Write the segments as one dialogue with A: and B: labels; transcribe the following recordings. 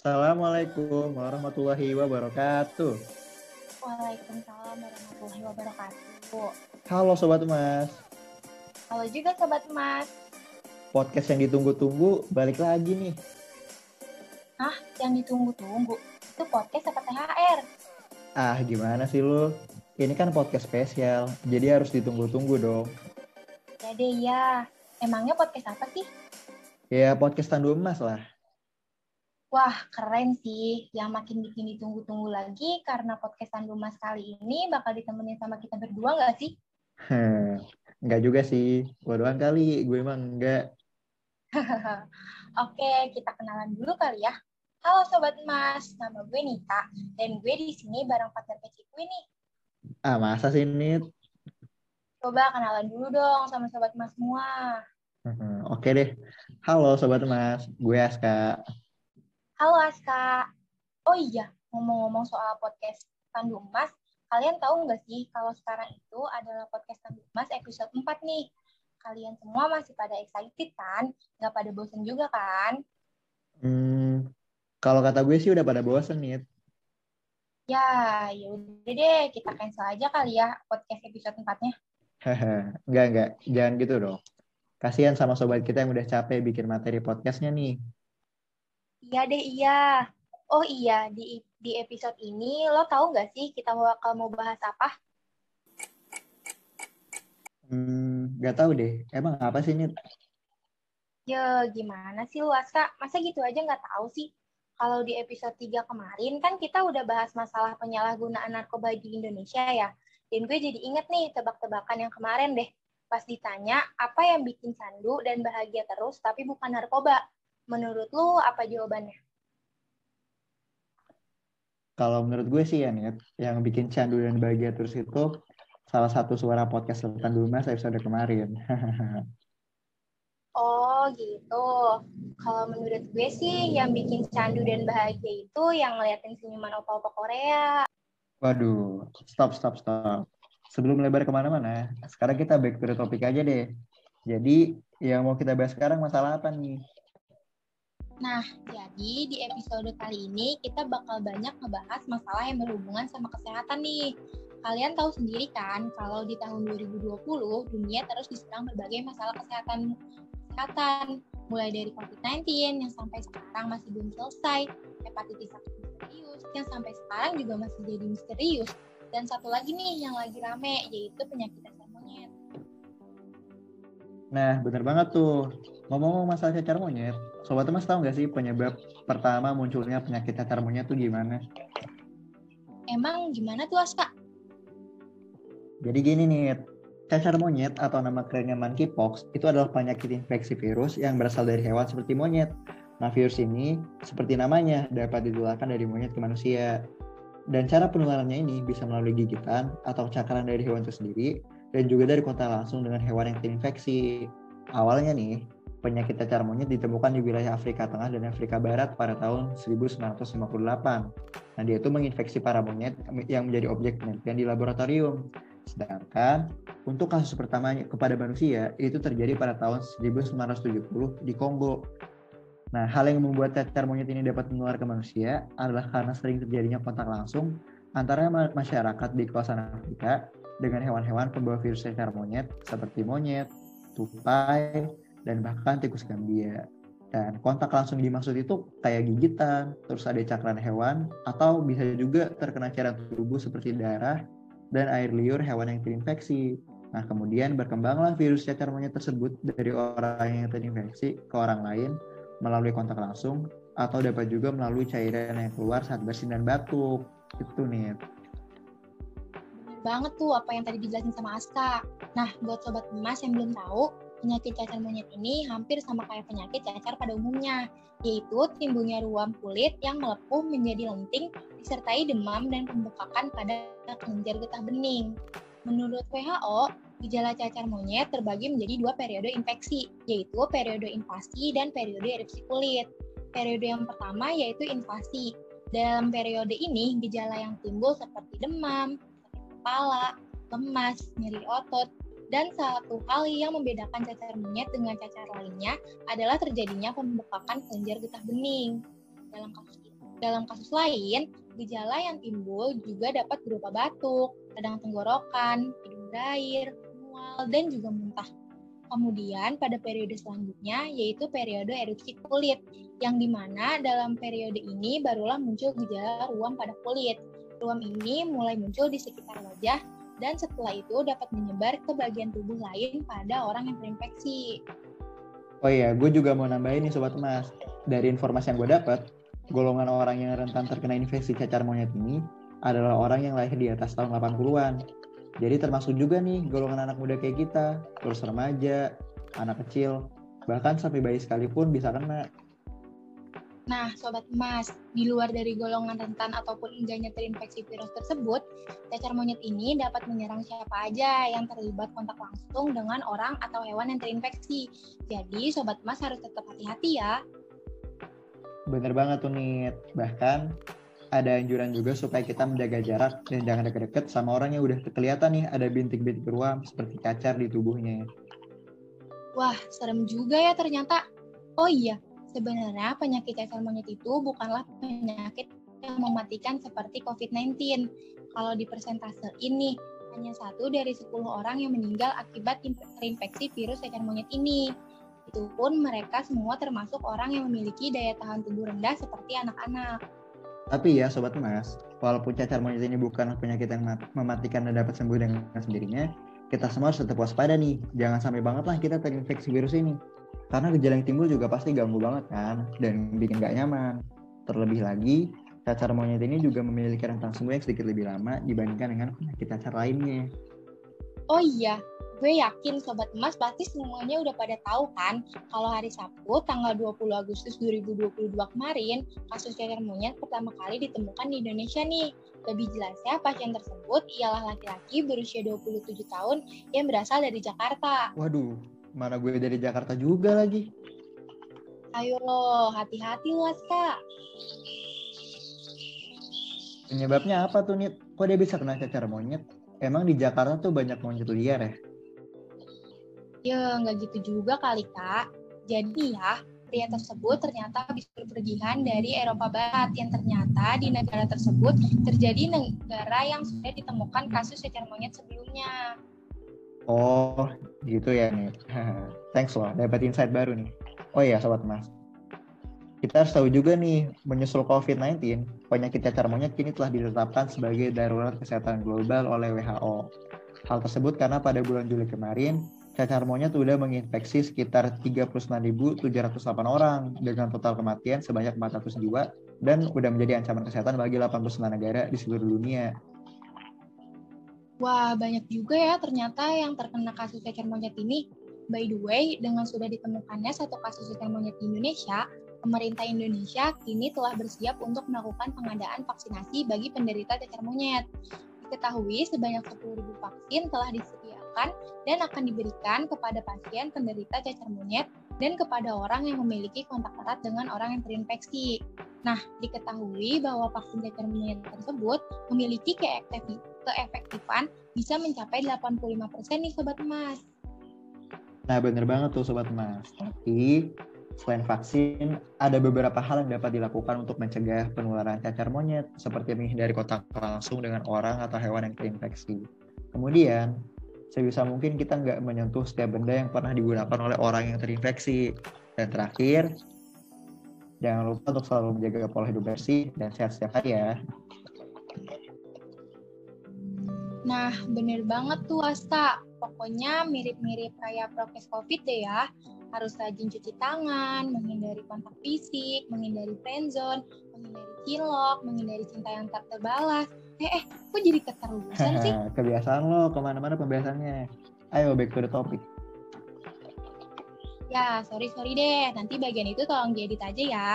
A: Assalamualaikum warahmatullahi wabarakatuh.
B: Waalaikumsalam warahmatullahi wabarakatuh.
A: Halo Sobat Emas,
B: Halo juga Sobat Emas.
A: podcast yang ditunggu-tunggu balik lagi nih.
B: Hah? Yang ditunggu-tunggu? Itu podcast apa THR?
A: Gimana sih lu? Ini kan podcast spesial, jadi harus ditunggu-tunggu dong.
B: Ya deh ya. Emangnya podcast apa sih?
A: Ya podcast Tandu Emas lah.
B: Wah, keren sih. Yang makin bikin ditunggu-tunggu lagi karena podcast Tandu Mas kali ini bakal ditemenin sama kita berdua nggak sih?
A: Enggak juga sih, gua doang kali, gue emang enggak.
B: Oke, kita kenalan dulu kali ya. Halo Sobat Emas, nama gue Nita dan gue di sini bareng partner kecil gue nih.
A: Masa sih Nit?
B: Coba kenalan dulu dong sama Sobat Emas semua.
A: Oke deh. Halo Sobat Emas, gue Aska.
B: Halo Aska. Oh iya, ngomong-ngomong soal podcast Tandu Emas, kalian tahu nggak sih kalau sekarang itu adalah podcast Tandu Emas episode 4 nih. Kalian semua masih pada excited kan? Nggak pada bosen juga kan?
A: Kalau kata gue sih udah pada bosen Nit.
B: Ya udah deh, kita cancel aja kali ya podcast episode 4-nya.
A: Enggak, jangan gitu dong. Kasihan sama sobat kita yang udah capek bikin materi podcastnya nih.
B: Iya deh, iya. Oh iya, di episode ini lo tahu nggak sih kita bakal mau bahas apa?
A: Nggak tahu deh. Emang apa sih ini?
B: Ya, gimana sih lu, Aska? Masa gitu aja nggak tahu sih? Kalau di episode 3 kemarin, kan kita udah bahas masalah penyalahgunaan narkoba di Indonesia ya. Dan gue jadi inget nih tebak-tebakan yang kemarin deh. Pas ditanya, apa yang bikin candu dan bahagia terus tapi bukan narkoba? Menurut lu, apa jawabannya?
A: Kalau menurut gue sih ya, Net, yang bikin candu dan bahagia terus itu salah satu suara podcast tentang Dumas episode kemarin.
B: Oh gitu. Kalau menurut gue sih, yang bikin candu dan bahagia itu yang ngeliatin senyuman opa-opa Korea.
A: Waduh, stop. Sebelum melebar kemana-mana, sekarang kita back to the topic aja deh. Jadi, yang mau kita bahas sekarang masalah apa nih?
B: Nah, jadi di episode kali ini kita bakal banyak ngebahas masalah yang berhubungan sama kesehatan nih. Kalian tahu sendiri kan, kalau di tahun 2020 dunia terus diserang berbagai masalah kesehatan, mulai dari COVID-19 yang sampai sekarang masih belum selesai, hepatitis akut misterius yang sampai sekarang juga masih jadi misterius, dan satu lagi nih yang lagi rame, yaitu penyakit cacar monyet.
A: Nah, bener banget tuh. Ngomong-ngomong masalah cacar monyet, Sobat Mas tahu nggak sih penyebab pertama munculnya penyakit cacar monyet tuh gimana?
B: Emang gimana tuh, Aska?
A: Jadi gini nih, cacar monyet atau nama kerennya monkeypox itu adalah penyakit infeksi virus yang berasal dari hewan seperti monyet. Nah, virus ini seperti namanya dapat ditularkan dari monyet ke manusia. Dan cara penularannya ini bisa melalui gigitan atau cakaran dari hewan itu sendiri dan juga dari kontak langsung dengan hewan yang terinfeksi. Awalnya nih, penyakit cacar monyet ditemukan di wilayah Afrika Tengah dan Afrika Barat pada tahun 1958. Nah, dia itu menginfeksi para monyet yang menjadi objek penelitian di laboratorium. Sedangkan untuk kasus pertamanya kepada manusia itu terjadi pada tahun 1970 di Kongo. Nah, hal yang membuat cacar monyet ini dapat menular ke manusia adalah karena sering terjadinya kontak langsung antara masyarakat di kawasan Afrika dengan hewan-hewan pembawa virus cacar monyet seperti monyet, tupai, dan bahkan tikus Gambia. Dan kontak langsung dimaksud itu kayak gigitan, terus ada cakran hewan, atau bisa juga terkena cairan tubuh seperti darah dan air liur hewan yang terinfeksi. Nah, kemudian berkembanglah virus cacar monyet tersebut dari orang yang terinfeksi ke orang lain melalui kontak langsung atau dapat juga melalui cairan yang keluar saat bersin dan batuk. Itu nih.
B: Bener banget tuh apa yang tadi dijelasin sama Aska. Nah, buat Sobat Emas yang belum tahu, penyakit cacar monyet ini hampir sama kayak penyakit cacar pada umumnya, yaitu timbulnya ruam kulit yang melepuh menjadi lenting disertai demam dan pembekakan pada kelenjar getah bening. Menurut WHO, gejala cacar monyet terbagi menjadi 2 periode infeksi, yaitu periode invasi dan periode erupsi kulit. Periode yang pertama yaitu invasi. Dalam periode ini, gejala yang timbul seperti demam, sakit kepala, lemas, nyeri otot, dan satu hal yang membedakan cacar monyet dengan cacar lainnya adalah terjadinya pembekakan kelenjar getah bening. Dalam kasus itu, Dalam kasus lain, gejala yang timbul juga dapat berupa batuk, radang tenggorokan, hidung berair, mual, dan juga muntah. Kemudian pada periode selanjutnya yaitu periode erupsi kulit, yang dimana dalam periode ini barulah muncul gejala ruam pada kulit. Ruam ini mulai muncul di sekitar wajah dan setelah itu dapat menyebar ke bagian tubuh lain pada orang yang terinfeksi.
A: Oh iya, gue juga mau nambahin nih Sobat Emas. Dari informasi yang gue dapat, golongan orang yang rentan terkena infeksi cacar monyet ini adalah orang yang lahir di atas tahun 80-an. Jadi termasuk juga nih golongan anak muda kayak kita, terus remaja, anak kecil, bahkan sampai bayi sekalipun bisa kena.
B: Nah, Sobat Emas, di luar dari golongan rentan ataupun enggaknya terinfeksi virus tersebut, cacar monyet ini dapat menyerang siapa aja yang terlibat kontak langsung dengan orang atau hewan yang terinfeksi. Jadi, Sobat Emas harus tetap hati-hati ya.
A: Bener banget tuh Nit. Bahkan ada anjuran juga supaya kita menjaga jarak dan jangan deket-deket sama orang yang udah kelihatan nih ada bintik-bintik ruam seperti cacar di tubuhnya.
B: Wah, serem juga ya ternyata. Oh iya, sebenarnya penyakit cacar monyet itu bukanlah penyakit yang mematikan seperti COVID-19. Kalau di persentase ini, hanya 1 dari 10 orang yang meninggal akibat terinfeksi virus cacar monyet ini. Itu pun mereka semua termasuk orang yang memiliki daya tahan tubuh rendah seperti anak-anak.
A: Tapi ya Sobat Emas, walaupun cacar monyet ini bukan penyakit yang mematikan dan dapat sembuh dengan sendirinya, kita semua harus tetap waspada nih. Jangan sampai banget lah kita terinfeksi virus ini. Karena gejala yang timbul juga pasti ganggu banget kan, dan bikin gak nyaman. Terlebih lagi, cacar monyet ini juga memiliki rentang sembuh yang sedikit lebih lama dibandingkan dengan penyakit cacar lainnya.
B: Oh iya, gue yakin Sobat Emas pasti semuanya udah pada tahu kan kalau hari Sabtu tanggal 20 Agustus 2022 kemarin kasus cacar monyet pertama kali ditemukan di Indonesia nih. Lebih jelasnya pasien tersebut ialah laki-laki berusia 27 tahun yang berasal dari Jakarta.
A: Waduh, mana gue dari Jakarta juga lagi.
B: Ayo loh, hati-hati loh Kak.
A: Penyebabnya apa tuh Nit? Kok dia bisa kena cacar monyet? Emang di Jakarta tuh banyak monyet liar ya?
B: Ya, nggak gitu juga kali, Kak. Jadi ya, pria tersebut ternyata habis berpergian dari Eropa Barat yang ternyata di negara tersebut terjadi negara yang sudah ditemukan kasus cacar monyet sebelumnya.
A: Oh, gitu ya Nit. Thanks loh, dapat insight baru nih. Oh iya Sobat Mas, kita harus tahu juga nih, menyusul COVID-19, penyakit cacar monyet kini telah ditetapkan sebagai darurat kesehatan global oleh WHO. Hal tersebut karena pada bulan Juli kemarin, cacar monyet sudah menginfeksi sekitar 39.708 orang dengan total kematian sebanyak 400 jiwa dan sudah menjadi ancaman kesehatan bagi 89 negara di seluruh dunia.
B: Wah, banyak juga ya ternyata yang terkena kasus cacar monyet ini. By the way, dengan sudah ditemukannya satu kasus cacar monyet di Indonesia, pemerintah Indonesia kini telah bersiap untuk melakukan pengadaan vaksinasi bagi penderita cacar monyet. Diketahui sebanyak 10.000 vaksin telah disediakan dan akan diberikan kepada pasien penderita cacar monyet dan kepada orang yang memiliki kontak erat dengan orang yang terinfeksi. Nah, diketahui bahwa vaksin cacar monyet tersebut memiliki keefektifan bisa mencapai 85% nih Sobat Emas.
A: Nah bener banget tuh Sobat Mas, tapi selain vaksin, ada beberapa hal yang dapat dilakukan untuk mencegah penularan cacar monyet, seperti menghindari kontak langsung dengan orang atau hewan yang terinfeksi. Kemudian, sebisa mungkin kita nggak menyentuh setiap benda yang pernah digunakan oleh orang yang terinfeksi. Dan terakhir, jangan lupa untuk selalu menjaga pola hidup bersih dan sehat setiap hari ya.
B: Nah, bener banget tuh Asta. Pokoknya mirip-mirip kayak prokes COVID deh ya. Harus rajin cuci tangan, menghindari kontak fisik, menghindari friendzone, menghindari cilok, menghindari cinta yang tak terbalas. Kok jadi keterusan sih?
A: Kebiasaan lo, kemana-mana pembahasannya. Ayo, back to the topic.
B: Ya, sorry deh. Nanti bagian itu tolong diedit aja ya.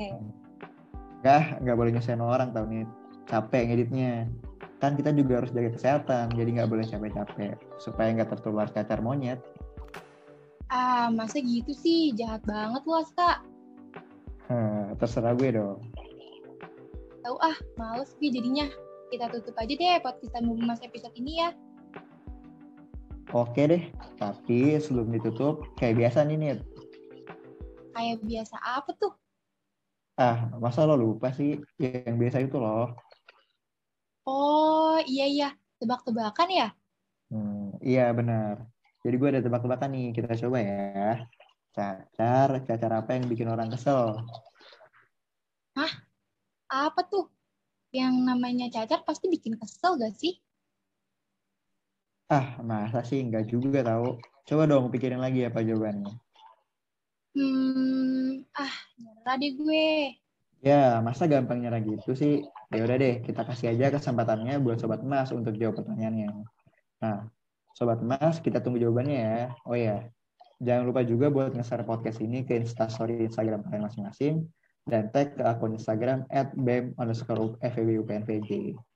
A: Nggak boleh nyusahin orang tau nih. Capek ngeditnya. Kan kita juga harus jaga kesehatan, jadi nggak boleh capek-capek supaya nggak tertular cacar monyet.
B: Masa gitu sih? Jahat banget lu, Asta.
A: Terserah gue dong.
B: Tahu males gue jadinya. Kita tutup aja deh podcast Mas episode ini ya.
A: Oke deh, tapi sebelum ditutup, kayak biasa nih Nit.
B: Kayak biasa apa tuh?
A: Masa lo lupa sih? Yang biasa itu loh.
B: Oh, iya iya. Tebak-tebakan ya?
A: Iya benar. Jadi gue ada tebak-tebakan nih. Kita coba ya. Cacar apa yang bikin orang kesel?
B: Hah? Apa tuh? Yang namanya cacar pasti bikin kesel gak sih?
A: Masa sih? Enggak juga tahu. Coba dong pikirin lagi apa jawabannya.
B: Nyerah deh gue.
A: Ya, masa gampang nyerah gitu sih? Ya udah deh, kita kasih aja kesempatannya buat Sobat Emas untuk jawab pertanyaannya. Nah, Sobat Emas, kita tunggu jawabannya ya. Oh ya, jangan lupa juga buat nge-share podcast ini ke Instastory Instagram kalian masing-masing dan tag ke akun Instagram @bem_febupnpj.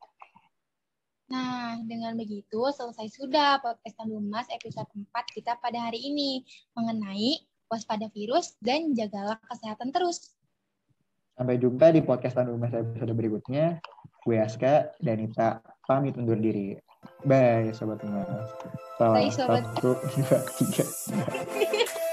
B: Nah, dengan begitu selesai sudah podcast Tandu Emas episode 4 kita pada hari ini mengenai waspada virus dan jagalah kesehatan terus.
A: Sampai jumpa di podcast Tandu Emas episode berikutnya. Gue Aska dan Ita pamit undur diri. Bye Sobat Emas.
B: Bye, sobat.
A: Satu, dua, tiga.